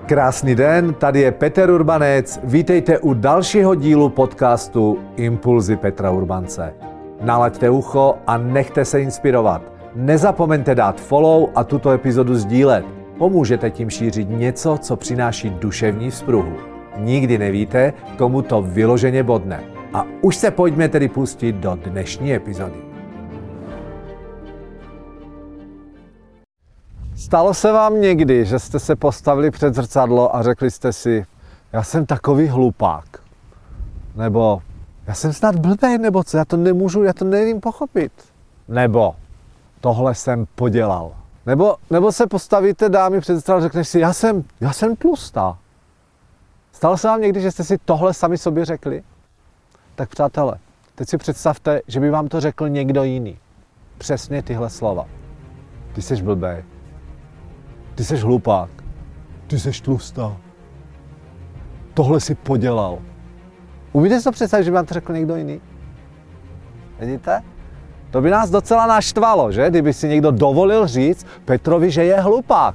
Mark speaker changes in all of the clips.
Speaker 1: Krásný den, tady je Petr Urbanec. Vítejte u dalšího dílu podcastu Impulzy Petra Urbance. Nalaďte ucho a nechte se inspirovat. Nezapomeňte dát follow a tuto epizodu sdílet. Pomůžete tím šířit něco, co přináší duševní vzpruhu. Nikdy nevíte, komu to vyloženě bodne. A už se pojďme tedy pustit do dnešní epizody. Stalo se vám někdy, že jste se postavili před zrcadlo a řekli jste si, já jsem takový hlupák, nebo já jsem snad blbej, nebo co, já to nevím pochopit, nebo tohle jsem podělal. Nebo se postavíte dámy před zrcadlo a řekneš si, já jsem tlustá. Stalo se vám někdy, že jste si tohle sami sobě řekli? Tak přátelé, teď si představte, že by vám to řekl někdo jiný. Přesně tyhle slova. Ty jsi blbej. Ty jsi hlupák. Ty jsi tlustá. Tohle si podělal. Umíte si to představit, že by vám to řekl někdo jiný? Vidíte? To by nás docela naštvalo, že? Kdyby si někdo dovolil říct Petrovi, že je hlupák.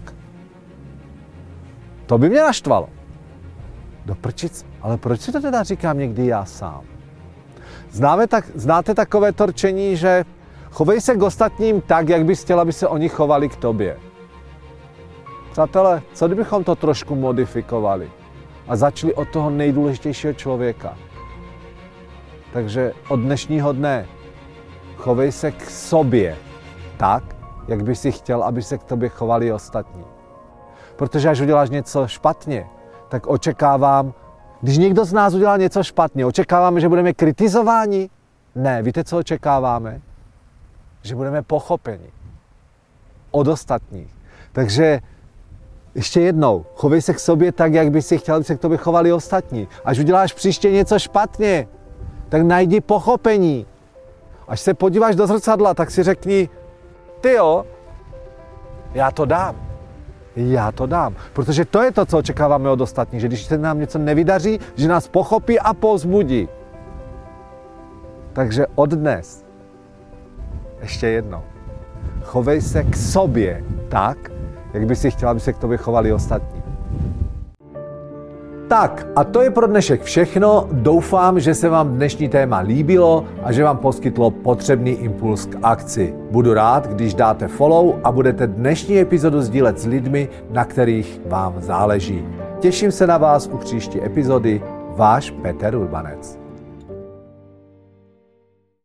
Speaker 1: To by mě naštvalo. Do prčic. Ale proč si to teda říkám někdy já sám? Znáte takové torčení, že chovej se k ostatním tak, jak bys chtěl, aby se oni chovali k tobě. Přátelé, co kdybychom to trošku modifikovali a začali od toho nejdůležitějšího člověka? Takže od dnešního dne chovej se k sobě tak, jak bys si chtěl, aby se k tobě chovali ostatní. Protože až uděláš něco špatně, tak očekávám, když někdo z nás udělá něco špatně, očekáváme, že budeme kritizováni? Ne, víte, co očekáváme? Že budeme pochopeni od ostatních. Takže ještě jednou, chovej se k sobě tak, jak bys si chtěl, aby se k tobě chovali ostatní. Až uděláš příště něco špatně, tak najdi pochopení. Až se podíváš do zrcadla, tak si řekni, tyjo, já to dám. Já to dám. Protože to je to, co očekáváme od ostatních, že když se nám něco nevydaří, že nás pochopí a povzbudí. Takže od dnes, ještě jednou, chovej se k sobě tak, jak by si chtěla, aby se k tobě chovali ostatní. Tak, a to je pro dnešek všechno. Doufám, že se vám dnešní téma líbilo a že vám poskytlo potřebný impuls k akci. Budu rád, když dáte follow a budete dnešní epizodu sdílet s lidmi, na kterých vám záleží. Těším se na vás u příští epizody. Váš Petr Urbanec.